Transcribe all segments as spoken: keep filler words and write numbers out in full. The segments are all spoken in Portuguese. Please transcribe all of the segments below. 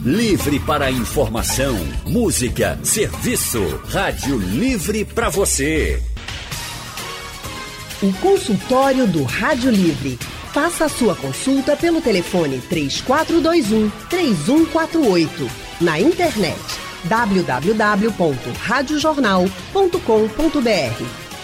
Livre para informação, música, serviço. Rádio Livre para você. O consultório do Rádio Livre. Faça a sua consulta pelo telefone três quatro dois um, três um quatro oito. Na internet w w w ponto rádio jornal ponto com ponto b r.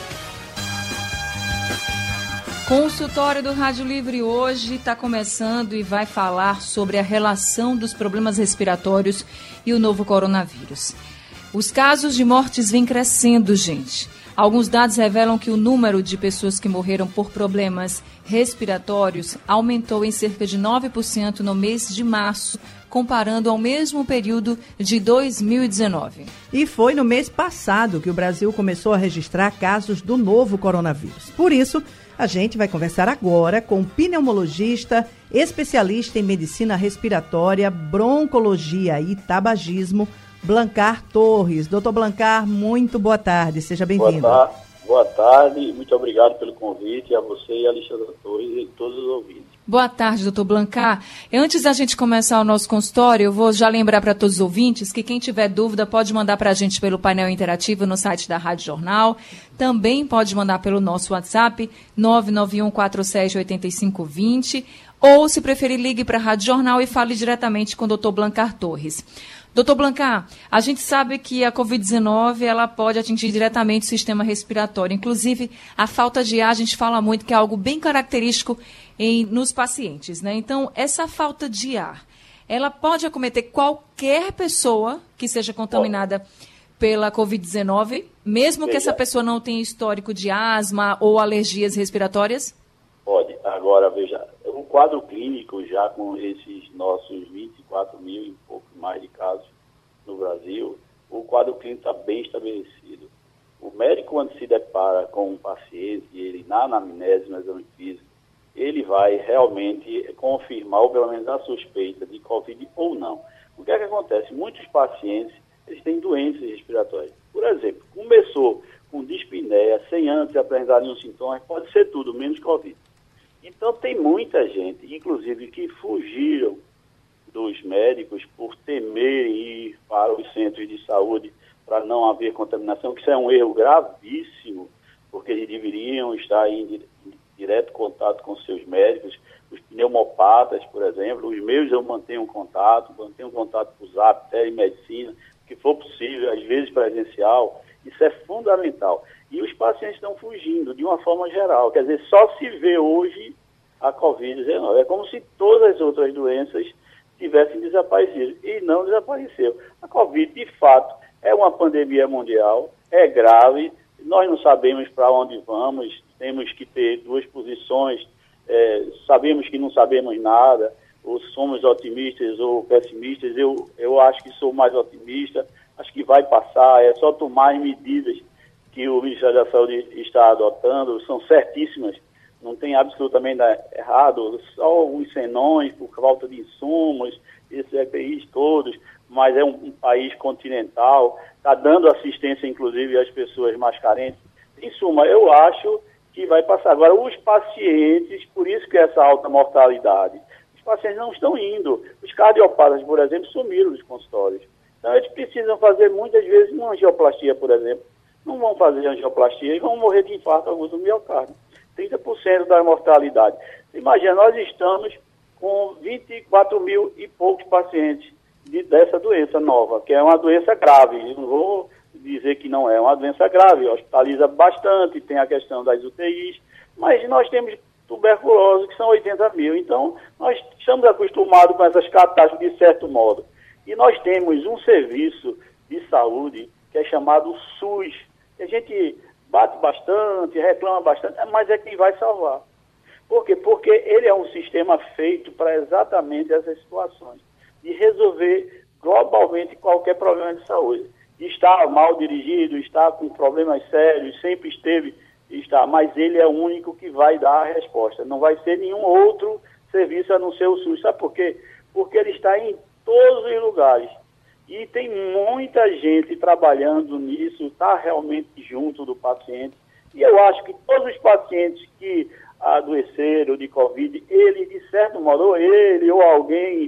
Consultório do Rádio Livre hoje está começando e vai falar sobre a relação dos problemas respiratórios e o novo coronavírus. Os casos de mortes vêm crescendo, gente. Alguns dados revelam que o número de pessoas que morreram por problemas respiratórios aumentou em cerca de nove por cento no mês de março, comparando ao mesmo período de dois mil e dezenove. E foi no mês passado que o Brasil começou a registrar casos do novo coronavírus. Por isso, a gente vai conversar agora com o pneumologista, especialista em medicina respiratória, broncologia e tabagismo, Blancar Torres. Doutor Blancar, muito boa tarde, seja bem-vindo. Boa tarde, boa tarde, muito obrigado pelo convite, a você e a Alexandra Torres e todos os ouvintes. Boa tarde, doutor Blancar. Antes da gente começar o nosso consultório, eu vou já lembrar para todos os ouvintes que quem tiver dúvida pode mandar para a gente pelo painel interativo no site da Rádio Jornal. Também pode mandar pelo nosso WhatsApp, nove nove um quatro sete oito cinco dois zero, ou, se preferir, ligue para a Rádio Jornal e fale diretamente com o doutor Blancar Torres. Doutor Blancar, a gente sabe que a covid dezenove ela pode atingir diretamente o sistema respiratório. Inclusive, a falta de ar, a gente fala muito que é algo bem característico em, nos pacientes, né? Então, essa falta de ar, ela pode acometer qualquer pessoa que seja contaminada pela covid dezenove, mesmo que essa pessoa não tenha histórico de asma ou alergias respiratórias? Pode. Agora, veja, o quadro clínico já com esses nossos vinte e quatro mil e pouco mais de casos no Brasil, o quadro clínico está bem estabelecido. O médico, quando se depara com um paciente, ele na anamnese, no exame físico, ele vai realmente confirmar, ou pelo menos a suspeita de Covid ou não. O que é que acontece? Muitos pacientes, eles têm doenças respiratórias. Por exemplo, começou com dispneia, sem antes apresentar nenhum sintoma, pode ser tudo, menos Covid. Então, tem muita gente, inclusive, que fugiram dos médicos por temerem ir para os centros de saúde para não haver contaminação, que isso é um erro gravíssimo, porque eles deveriam estar em direto contato com seus médicos. Os pneumopatas, por exemplo, os meus eu mantenho contato, mantenho contato com o Zap, telemedicina, que for possível, às vezes presencial, isso é fundamental. E os pacientes estão fugindo de uma forma geral, quer dizer, só se vê hoje a covid dezenove. É como se todas as outras doenças tivessem desaparecido, e não desapareceu. A Covid, de fato, é uma pandemia mundial, é grave, nós não sabemos para onde vamos, temos que ter duas posições, é, sabemos que não sabemos nada, ou somos otimistas ou pessimistas. Eu, eu acho que sou mais otimista, acho que vai passar, é só tomar as medidas que o Ministério da Saúde está adotando, são certíssimas, não tem absolutamente errado, só os senões por falta de insumos, esses E P Is todos, mas é um, um país continental, está dando assistência, inclusive, às pessoas mais carentes. Em suma, eu acho que vai passar. Agora, os pacientes, por isso que essa alta mortalidade, os pacientes não estão indo. Os cardiopatas, por exemplo, sumiram dos consultórios. Então, eles precisam fazer, muitas vezes, uma angioplastia, por exemplo. Não vão fazer angioplastia e vão morrer de infarto agudo do miocárdio. trinta por cento da mortalidade. Imagina, nós estamos com vinte e quatro mil e poucos pacientes de, dessa doença nova, que é uma doença grave. Eu não vou dizer que não é, é uma doença grave, hospitaliza bastante, tem a questão das U T Is, mas nós temos tuberculose, que são oitenta mil. Então, nós estamos acostumados com essas catástrofes de certo modo. E nós temos um serviço de saúde que é chamado SUS, que a gente bate bastante, reclama bastante, mas é quem vai salvar. Por quê? Porque ele é um sistema feito para exatamente essas situações, de resolver globalmente qualquer problema de saúde. Está mal dirigido, está com problemas sérios, sempre esteve, está, mas ele é o único que vai dar a resposta. Não vai ser nenhum outro serviço a não ser o SUS. Sabe por quê? Porque ele está em todos os lugares. E tem muita gente trabalhando nisso, está realmente junto do paciente. E eu acho que todos os pacientes que adoeceram de Covid, ele, de certo modo, ou ele ou alguém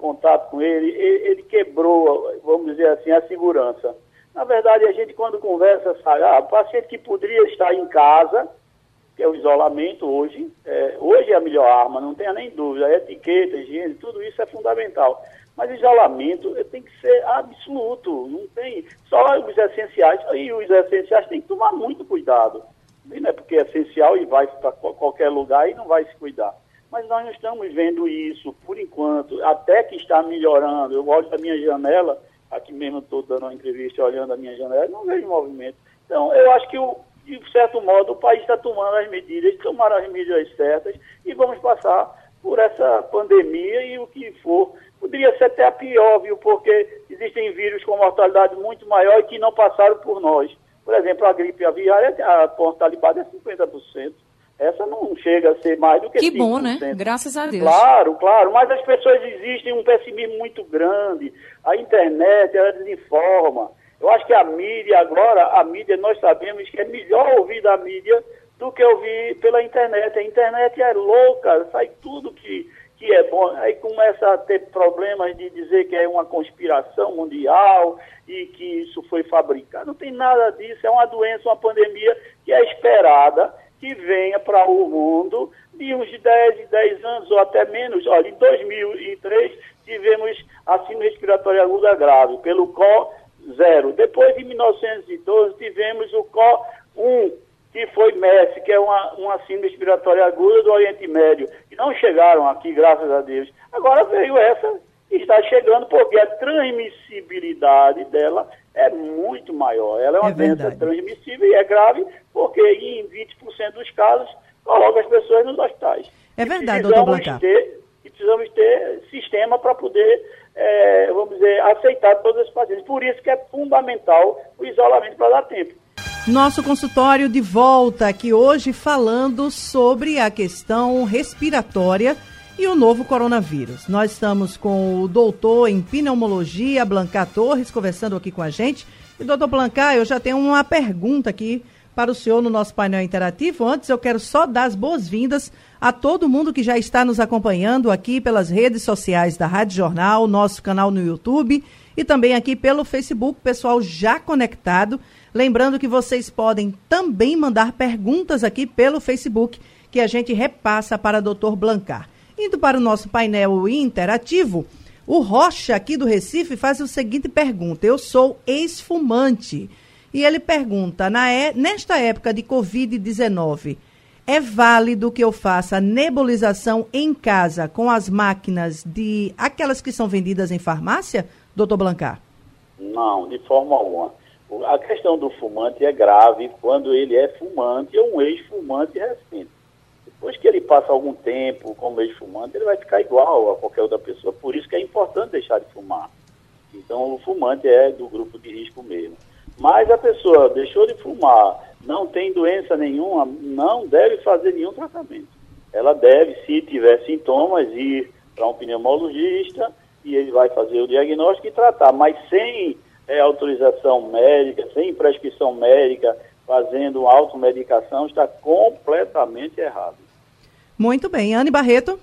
contato com ele, ele, ele quebrou, vamos dizer assim, a segurança. Na verdade, a gente quando conversa, sabe, ah, o paciente que poderia estar em casa, que é o isolamento hoje, é, hoje é a melhor arma, não tenha nem dúvida, a etiqueta, a higiene, tudo isso é fundamental. Mas isolamento tem que ser absoluto, não tem, só os essenciais, e os essenciais tem que tomar muito cuidado, não é porque é essencial e vai para qualquer lugar e não vai se cuidar. Mas nós não estamos vendo isso, por enquanto, até que está melhorando. Eu olho da minha janela, aqui mesmo estou dando uma entrevista olhando a minha janela, não vejo movimento. Então, eu acho que, o, de certo modo, o país está tomando as medidas, tomaram as medidas certas e vamos passar por essa pandemia e o que for. Poderia ser até pior, viu, porque existem vírus com mortalidade muito maior e que não passaram por nós. Por exemplo, a gripe aviária, a mortalidade é cinquenta por cento. Essa não chega a ser mais do que, que cinco por cento. Que bom, né? Graças a Deus. Claro, claro, mas as pessoas existem um pessimismo muito grande. A internet, ela desinforma. Eu acho que a mídia agora, a mídia, nós sabemos que é melhor ouvir da mídia do que ouvir pela internet. A internet é louca, sai tudo que, que é bom. Aí começa a ter problemas de dizer que é uma conspiração mundial e que isso foi fabricado. Não tem nada disso, é uma doença, uma pandemia que é esperada, que venha para o mundo de uns dez, dez anos ou até menos. Olha, em dois mil e três tivemos a síndrome respiratória aguda grave, pelo C O zero. Depois, em mil novecentos e doze, tivemos o C O um, que foi MERS, que é uma, uma síndrome respiratória aguda do Oriente Médio, que não chegaram aqui, graças a Deus. Agora veio essa que está chegando, porque a transmissibilidade dela é muito maior. Ela é uma é doença transmissível e é grave, porque em vinte por cento dos casos coloca as pessoas nos hospitais. É verdade, doutor Blancar. Ter, e precisamos ter sistema para poder, é, vamos dizer, aceitar todos esses pacientes. Por isso que é fundamental o isolamento para dar tempo. Nosso consultório de volta aqui hoje falando sobre a questão respiratória e o novo coronavírus. Nós estamos com o doutor em pneumologia, Blancar Torres, conversando aqui com a gente. E, doutor Blancar, eu já tenho uma pergunta aqui para o senhor no nosso painel interativo. Antes, eu quero só dar as boas-vindas a todo mundo que já está nos acompanhando aqui pelas redes sociais da Rádio Jornal, nosso canal no YouTube e também aqui pelo Facebook, pessoal já conectado. Lembrando que vocês podem também mandar perguntas aqui pelo Facebook, que a gente repassa para o doutor Blancar. Indo para o nosso painel interativo, o Rocha, aqui do Recife, faz a seguinte pergunta. Eu sou ex-fumante. E ele pergunta, na é, nesta época de covid dezenove, é válido que eu faça nebulização em casa com as máquinas de aquelas que são vendidas em farmácia, doutor Blancar? Não, de forma alguma. A questão do fumante é grave quando ele é fumante ou um ex-fumante recente. Depois que ele passa algum tempo como ex-fumante, ele vai ficar igual a qualquer outra pessoa. Por isso que é importante deixar de fumar. Então, o fumante é do grupo de risco mesmo. Mas a pessoa deixou de fumar, não tem doença nenhuma, não deve fazer nenhum tratamento. Ela deve, se tiver sintomas, ir para um pneumologista e ele vai fazer o diagnóstico e tratar. Mas sem é, autorização médica, sem prescrição médica, fazendo automedicação, está completamente errado. Muito bem. Anne Barreto?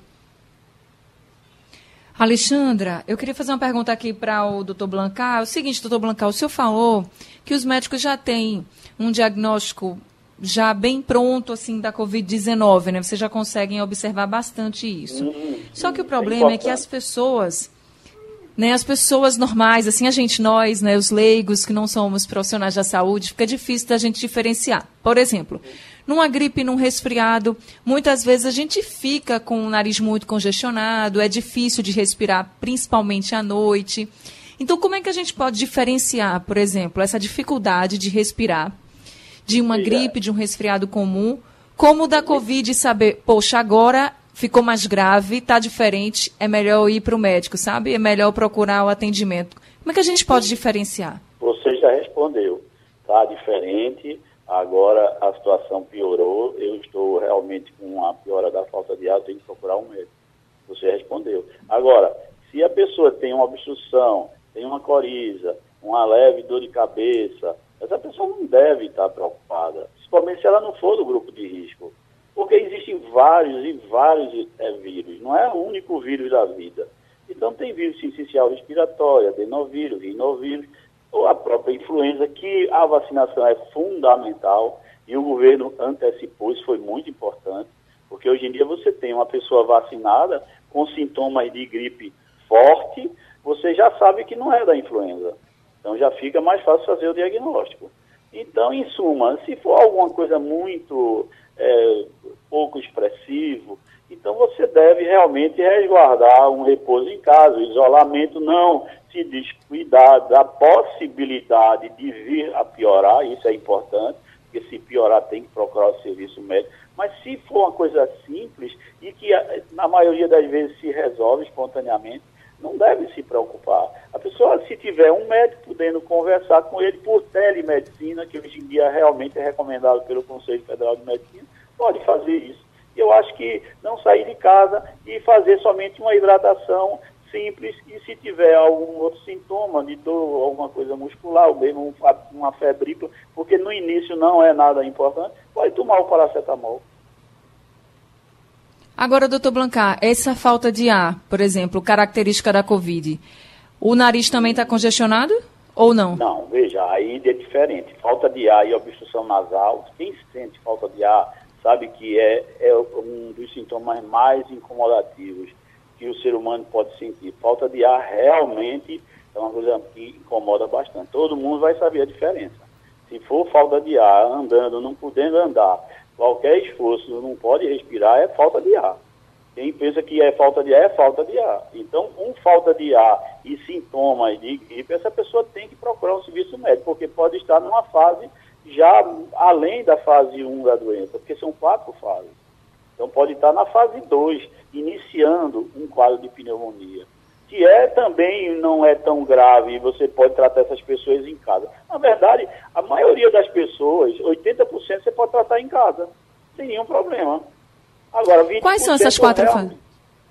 Alexandra, eu queria fazer uma pergunta aqui para o doutor Blancar. É o seguinte, doutor Blancar, o senhor falou que os médicos já têm um diagnóstico já bem pronto, assim, da covid dezenove, né? Vocês já conseguem observar bastante isso. Hum, Só que o problema é, é que as pessoas, né, as pessoas normais, assim, a gente, nós, né, os leigos que não somos profissionais da saúde, fica difícil da gente diferenciar. Por exemplo, numa gripe, num resfriado, muitas vezes a gente fica com o nariz muito congestionado, é difícil de respirar, principalmente à noite. Então, como é que a gente pode diferenciar, por exemplo, essa dificuldade de respirar de uma gripe, de um resfriado comum, como da Covid, saber, poxa, agora ficou mais grave, está diferente, é melhor ir para o médico, sabe? É melhor procurar o atendimento. Como é que a gente pode diferenciar? Você já respondeu, está diferente. Agora a situação piorou, eu estou realmente com a piora da falta de ar, eu tenho que procurar um médico. Você respondeu. Agora, se a pessoa tem uma obstrução, tem uma coriza, uma leve dor de cabeça, essa pessoa não deve estar preocupada, principalmente se ela não for do grupo de risco. Porque existem vários e vários é, vírus, não é o único vírus da vida. E Então tem vírus sincicial respiratório, adenovírus, rinovírus, ou a própria influenza, que a vacinação é fundamental e o governo antecipou, isso foi muito importante, porque hoje em dia você tem uma pessoa vacinada com sintomas de gripe forte, você já sabe que não é da influenza. Então já fica mais fácil fazer o diagnóstico. Então, em suma, se for alguma coisa muito é, pouco expressivo, então você deve realmente resguardar um repouso em casa. O isolamento, não se descuidar da possibilidade de vir a piorar, isso é importante, porque se piorar tem que procurar o serviço médico. Mas se for uma coisa simples e que na maioria das vezes se resolve espontaneamente, não deve se preocupar. A pessoa, se tiver um médico podendo conversar com ele por telemedicina, que hoje em dia realmente é recomendado pelo Conselho Federal de Medicina, pode fazer isso. E eu acho que não sair de casa e fazer somente uma hidratação simples, e se tiver algum outro sintoma de dor, alguma coisa muscular, ou mesmo uma febrícula, porque no início não é nada importante, pode tomar o paracetamol. Agora, doutor Blancar, essa falta de ar, por exemplo, característica da Covid, o nariz também está congestionado ou não? Não, veja, aí é diferente. Falta de ar e obstrução nasal, quem sente falta de ar sabe que é, é um dos sintomas mais incomodativos que o ser humano pode sentir. Falta de ar realmente é uma coisa que incomoda bastante. Todo mundo vai saber a diferença. Se for falta de ar, andando, não podendo andar, qualquer esforço, não pode respirar, é falta de ar. Quem pensa que é falta de ar, é falta de ar. Então, com falta de ar e sintomas de gripe, essa pessoa tem que procurar um serviço médico, porque pode estar numa fase já além da fase um da doença, porque são quatro fases. Então, pode estar na fase dois, iniciando um quadro de pneumonia, que é também não é tão grave e você pode tratar essas pessoas em casa. Na verdade, a maioria das pessoas, oitenta por cento você pode tratar em casa, sem nenhum problema. Agora, vinte por cento Quais são essas quatro real... fases?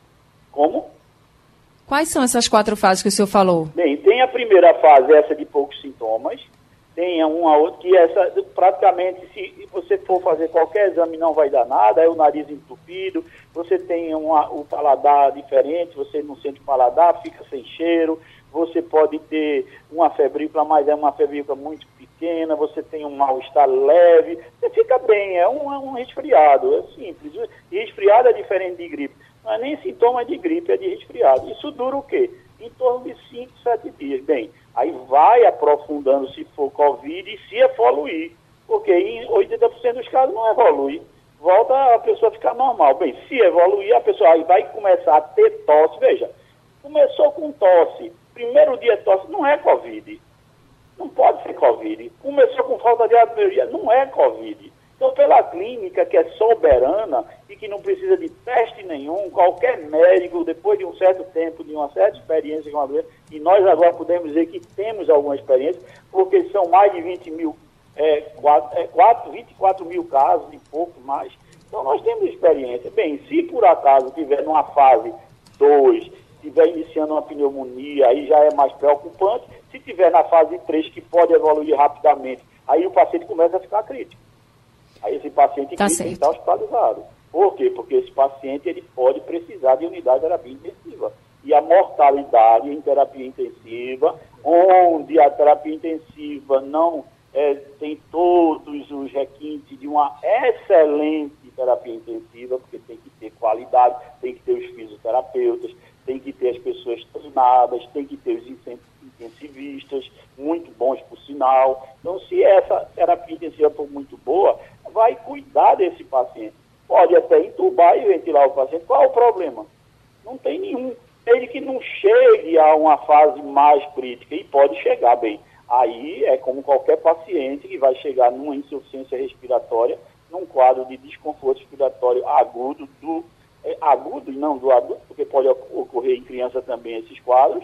Como? Quais são essas quatro fases que o senhor falou? Bem, tem a primeira fase, essa de poucos sintomas, tem uma outra que essa, praticamente, se você for fazer qualquer exame não vai dar nada, é o nariz entupido, você tem uma, o paladar diferente, você não sente o paladar, fica sem cheiro, você pode ter uma febrícula, mas é uma febrícula muito pequena, você tem um mal-estar leve, você fica bem, é um, é um resfriado, é simples. Resfriado é diferente de gripe, não é nem sintoma de gripe, é de resfriado. Isso dura o quê? Em torno de cinco, sete dias. Bem, aí vai aprofundando se for Covid e se evoluir, porque em oitenta por cento dos casos não evolui. Volta a pessoa a ficar normal. Bem, se evoluir, a pessoa aí vai começar a ter tosse. Veja, começou com tosse, primeiro dia tosse, não é Covid. Não pode ser Covid. Começou com falta de ar no primeiro dia, não é Covid. Então, pela clínica, que é soberana e que não precisa de teste nenhum, qualquer médico, depois de um certo tempo, de uma certa experiência com a doença, e nós agora podemos dizer que temos alguma experiência, porque são mais de vinte mil, é, quatro, é, quatro, vinte e quatro mil casos, e pouco mais. Então, nós temos experiência. Bem, se por acaso tiver numa fase dois, estiver iniciando uma pneumonia, aí já é mais preocupante. Se tiver na fase três, que pode evoluir rapidamente, aí o paciente começa a ficar crítico. Aí esse paciente tá tem que estar hospitalizado. Por quê? Porque esse paciente ele pode precisar de unidade de terapia intensiva. E a mortalidade em terapia intensiva, onde a terapia intensiva não é, tem todos os requintes de uma excelente terapia intensiva, porque tem que ter qualidade, tem que ter os fisioterapeutas, tem que ter as pessoas treinadas, tem que ter os intensivistas, muito bons por sinal. Então, se essa terapia intensiva for muito boa, vai cuidar desse paciente. Pode até entubar e ventilar o paciente. Qual é o problema? Não tem nenhum. Desde que não chegue a uma fase mais crítica, e pode chegar bem. Aí é como qualquer paciente que vai chegar numa insuficiência respiratória, num quadro de desconforto respiratório agudo, do, é, agudo e não do adulto, porque pode ocorrer em criança também esses quadros,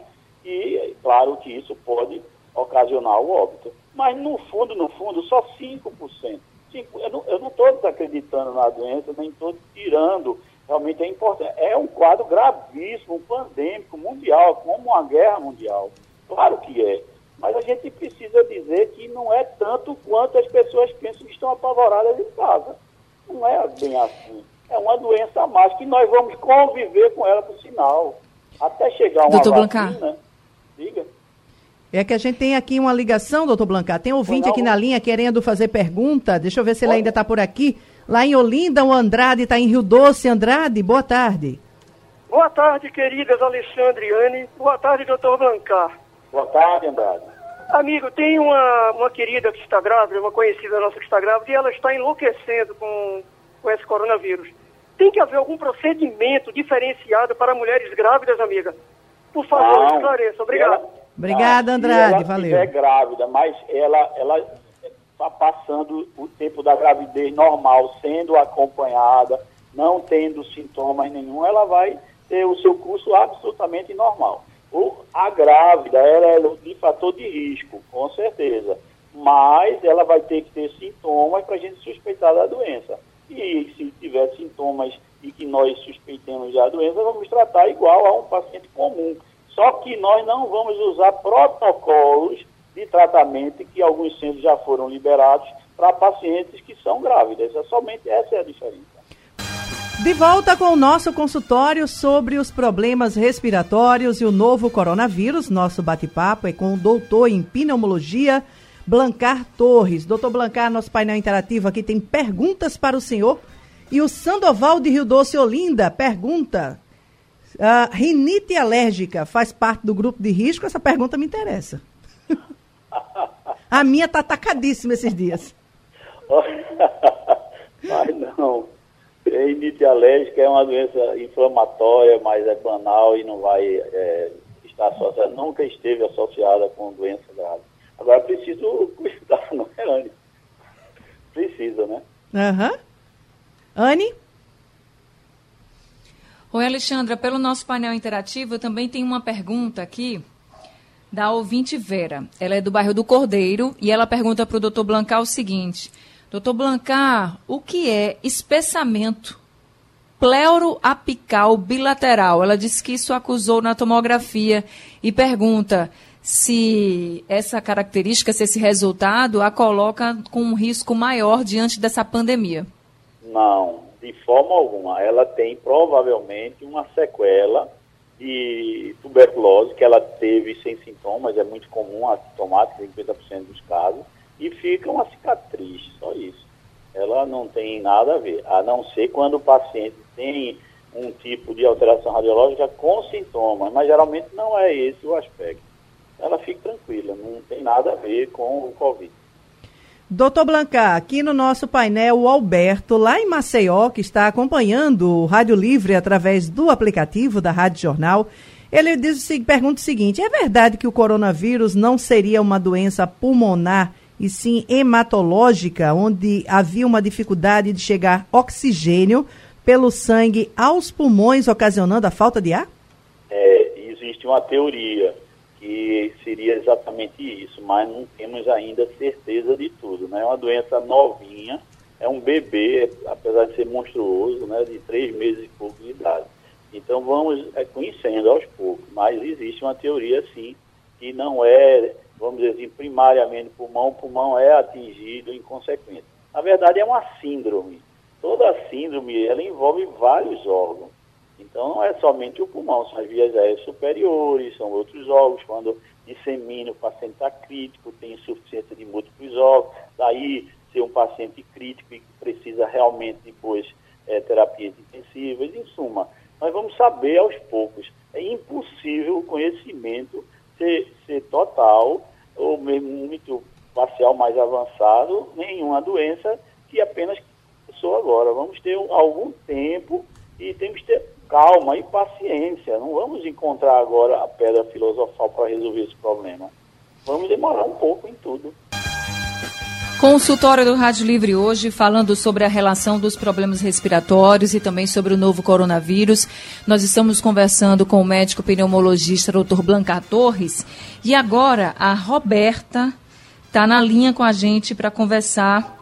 e claro que isso pode ocasionar o óbito. Mas no fundo, no fundo, só cinco por cento. Eu não estou desacreditando na doença, nem estou tirando, realmente é importante. É um quadro gravíssimo, um pandêmico mundial, como uma guerra mundial. Claro que é. Mas a gente precisa dizer que não é tanto quanto as pessoas pensam que estão apavoradas em casa. Não é bem assim. É uma doença a mais que nós vamos conviver com ela, por sinal. Até chegar uma doutor vacina... Blancar. Diga. É que a gente tem aqui uma ligação, doutor Blancar. Tem ouvinte aqui na linha querendo fazer pergunta. Deixa eu ver se ele ainda está por aqui. Lá em Olinda, o Andrade está em Rio Doce. Andrade, boa tarde. Boa tarde, queridas Alexandre e Anne. Boa tarde, doutor Blancar. Boa tarde, Andrade. Amigo, tem uma, uma querida que está grávida, uma conhecida nossa que está grávida, e ela está enlouquecendo com, com esse coronavírus. Tem que haver algum procedimento diferenciado para mulheres grávidas, amiga? Por favor, Não, esclareça. Obrigado. Ela... Obrigada, Andrade, ela valeu. Ela é grávida, mas ela ela está passando o tempo da gravidez normal, sendo acompanhada, não tendo sintomas nenhum, ela vai ter o seu curso absolutamente normal. O, a grávida, ela é de fator de risco, com certeza, mas ela vai ter que ter sintomas para a gente suspeitar da doença. E se tiver sintomas e que nós suspeitemos da doença, vamos tratar igual a um paciente comum. Só que nós não vamos usar protocolos de tratamento que alguns centros já foram liberados para pacientes que são grávidas. É somente essa é a diferença. De volta com o nosso consultório sobre os problemas respiratórios e o novo coronavírus. Nosso bate-papo é com o doutor em pneumologia, Blancar Torres. Doutor Blancar, nosso painel interativo aqui tem perguntas para o senhor. E o Sandoval de Rio Doce, Olinda, pergunta... Uh, rinite alérgica faz parte do grupo de risco? Essa pergunta me interessa. A minha está atacadíssima esses dias. Mas não. Rinite alérgica é uma doença inflamatória, mas é banal e não vai é, estar associada, nunca esteve associada com doença grave. Agora, preciso cuidar, não é, Anne? Precisa, né? Aham. Uhum. Anne? Oi, Alexandra, pelo nosso painel interativo, eu também tenho uma pergunta aqui da ouvinte Vera. Ela é do bairro do Cordeiro e ela pergunta para o doutor Blancar o seguinte: doutor Blancar, o que é espessamento pleuroapical bilateral? Ela disse que isso acusou na tomografia e pergunta se essa característica, se esse resultado a coloca com um risco maior diante dessa pandemia. Não. De forma alguma. Ela tem provavelmente uma sequela de tuberculose que ela teve sem sintomas, é muito comum, assintomática, cinquenta por cento dos casos, e fica uma cicatriz, só isso. Ela não tem nada a ver, a não ser quando o paciente tem um tipo de alteração radiológica com sintomas, mas geralmente não é esse o aspecto. Ela fica tranquila, não tem nada a ver com o Covid. Doutor Blancar, aqui no nosso painel, o Alberto, lá em Maceió, que está acompanhando o Rádio Livre através do aplicativo da Rádio Jornal, ele diz, pergunta o seguinte: é verdade que o coronavírus não seria uma doença pulmonar e sim hematológica, onde havia uma dificuldade de chegar oxigênio pelo sangue aos pulmões, ocasionando a falta de ar? É, existe uma teoria que seria exatamente isso, mas não temos ainda certeza de tudo, né? É uma doença novinha, é um bebê, apesar de ser monstruoso, né? De três meses e pouco de idade. Então vamos é, conhecendo aos poucos, mas existe uma teoria, sim, que não é, vamos dizer assim, primariamente pulmão, o pulmão é atingido em consequência. Na verdade é uma síndrome. Toda síndrome, ela envolve vários órgãos. Então não é somente o pulmão, são as vias aéreas superiores, são outros órgãos. Quando dissemina, o paciente está crítico, tem insuficiência de múltiplos órgãos, daí ser um paciente crítico e que precisa realmente depois é, terapias intensivas. Em suma, nós vamos saber aos poucos. É impossível o conhecimento ser, ser total ou mesmo muito parcial, mais avançado, nenhuma doença que apenas começou agora. Vamos ter um, algum tempo e temos que ter calma e paciência. Não vamos encontrar agora a pedra filosofal para resolver esse problema. Vamos demorar um pouco em tudo. Consultório do Rádio Livre hoje, falando sobre a relação dos problemas respiratórios e também sobre o novo coronavírus. Nós estamos conversando com o médico pneumologista doutor Blancar Torres. E agora a Roberta está na linha com a gente para conversar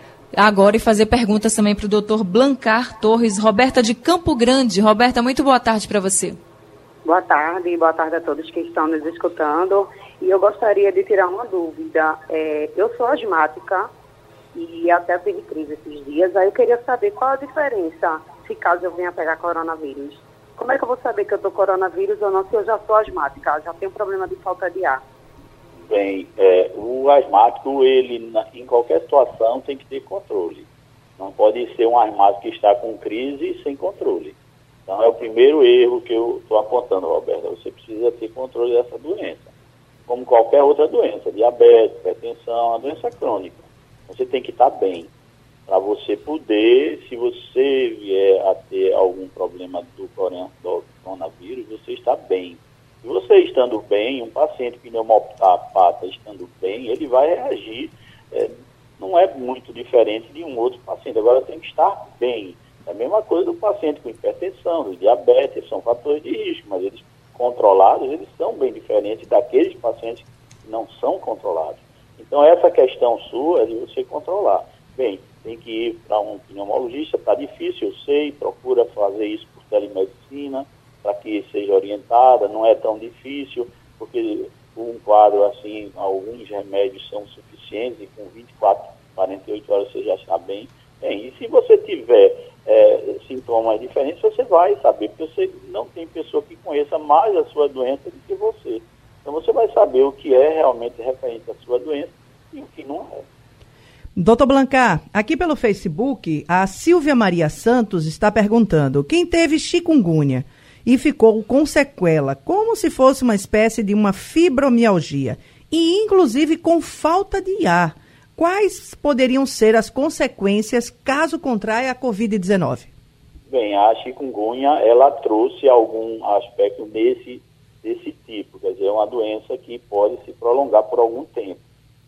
agora e fazer perguntas também para o doutor Blancar Torres. Roberta de Campo Grande. Roberta, muito boa tarde para você. Boa tarde, boa tarde a todos que estão nos escutando. E eu gostaria de tirar uma dúvida. É, eu sou asmática e até tive crise esses dias. Aí eu queria saber qual a diferença se caso eu venha pegar coronavírus. Como é que eu vou saber que eu estou coronavírus ou não se eu já sou asmática, já tenho problema de falta de ar? Bem, é, o asmático, ele na, em qualquer situação tem que ter controle. Não pode ser um asmático que está com crise sem controle. Então é o primeiro erro que eu estou apontando, Roberta. Você precisa ter controle dessa doença. Como qualquer outra doença, diabetes, hipertensão, uma doença crônica. Você tem que estar bem. Para você poder, se você vier a ter algum problema do coronavírus, você está bem. Se você estando bem, um paciente pneumopata estando bem, ele vai reagir, é, não é muito diferente de um outro paciente. Agora tem que estar bem. É a mesma coisa do paciente com hipertensão, do diabetes, são fatores de risco, mas eles controlados, eles são bem diferentes daqueles pacientes que não são controlados. Então essa questão sua é de você controlar. Bem, tem que ir para um pneumologista, está difícil, eu sei, procura fazer isso por telemedicina, para que seja orientada, não é tão difícil, porque um quadro assim, alguns remédios são suficientes e com vinte e quatro, quarenta e oito horas você já está bem. Bem, e se você tiver é, sintomas diferentes, você vai saber, porque você não tem pessoa que conheça mais a sua doença do que você. Então você vai saber o que é realmente referente à sua doença e o que não é. Doutor Blancar, aqui pelo Facebook, a Silvia Maria Santos está perguntando: quem teve chikungunya e ficou com sequela, como se fosse uma espécie de uma fibromialgia, e inclusive com falta de ar, quais poderiam ser as consequências caso contraia a covid dezenove? Bem, a chikungunya, ela trouxe algum aspecto desse, desse tipo, quer dizer, é uma doença que pode se prolongar por algum tempo.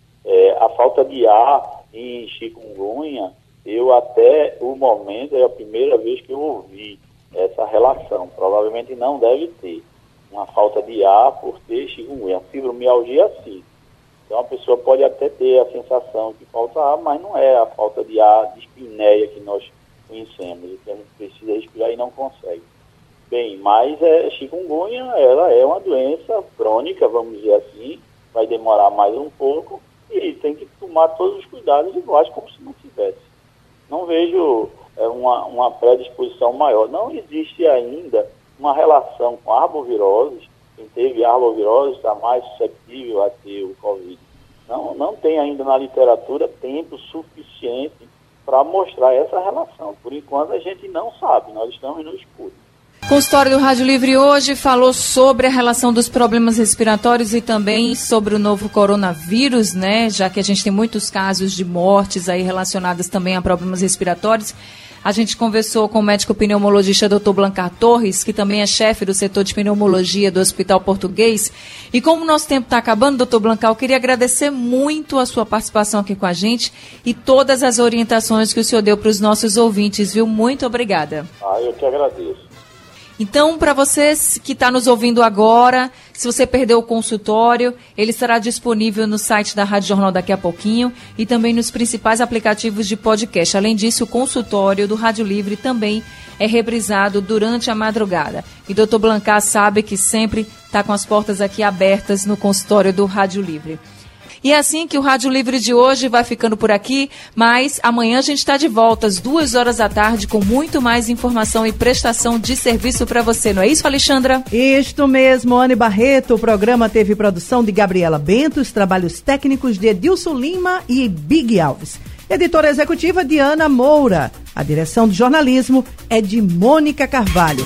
É, a falta de ar em chikungunya, eu até o momento, é a primeira vez que eu ouvi essa relação. Provavelmente não deve ter uma falta de ar por ter chikungunya. A fibromialgia, sim. Então a pessoa pode até ter a sensação que falta ar, mas não é a falta de ar, de espinéia que nós conhecemos, que a gente precisa respirar e não consegue. Bem, mas é, chikungunya, ela é uma doença crônica, vamos dizer assim, vai demorar mais um pouco, e tem que tomar todos os cuidados iguais como se não tivesse. Não vejo é, uma, uma predisposição maior. Não existe ainda uma relação com arboviroses. Quem teve arbovirose está mais suscetível a ter o Covid. Não, não tem ainda na literatura tempo suficiente para mostrar essa relação. Por enquanto a gente não sabe, nós estamos no escuro. O consultório do Rádio Livre hoje falou sobre a relação dos problemas respiratórios e também sobre o novo coronavírus, né? Já que a gente tem muitos casos de mortes aí relacionadas também a problemas respiratórios. A gente conversou com o médico pneumologista doutor Blancar Torres, que também é chefe do setor de pneumologia do Hospital Português. E como o nosso tempo está acabando, doutor Blancar, eu queria agradecer muito a sua participação aqui com a gente e todas as orientações que o senhor deu para os nossos ouvintes, viu? Muito obrigada. Ah, eu que agradeço. Então, para você que está nos ouvindo agora, se você perdeu o consultório, ele estará disponível no site da Rádio Jornal daqui a pouquinho e também nos principais aplicativos de podcast. Além disso, o consultório do Rádio Livre também é reprisado durante a madrugada. E doutor Blancar sabe que sempre está com as portas aqui abertas no consultório do Rádio Livre. E é assim que o Rádio Livre de hoje vai ficando por aqui, mas amanhã a gente está de volta às duas horas da tarde com muito mais informação e prestação de serviço para você. Não é isso, Alexandra? Isto mesmo, Anne Barreto. O programa teve produção de Gabriela Bento, os trabalhos técnicos de Edilson Lima e Big Alves. Editora executiva de Ana Moura. A direção de jornalismo é de Mônica Carvalho.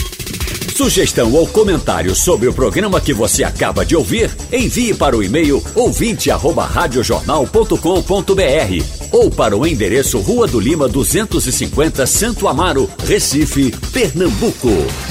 Sugestão ou comentário sobre o programa que você acaba de ouvir, envie para o e-mail ouvinte arroba radiojornal ponto com ponto br ou para o endereço Rua do Lima duzentos e cinquenta, Santo Amaro, Recife, Pernambuco.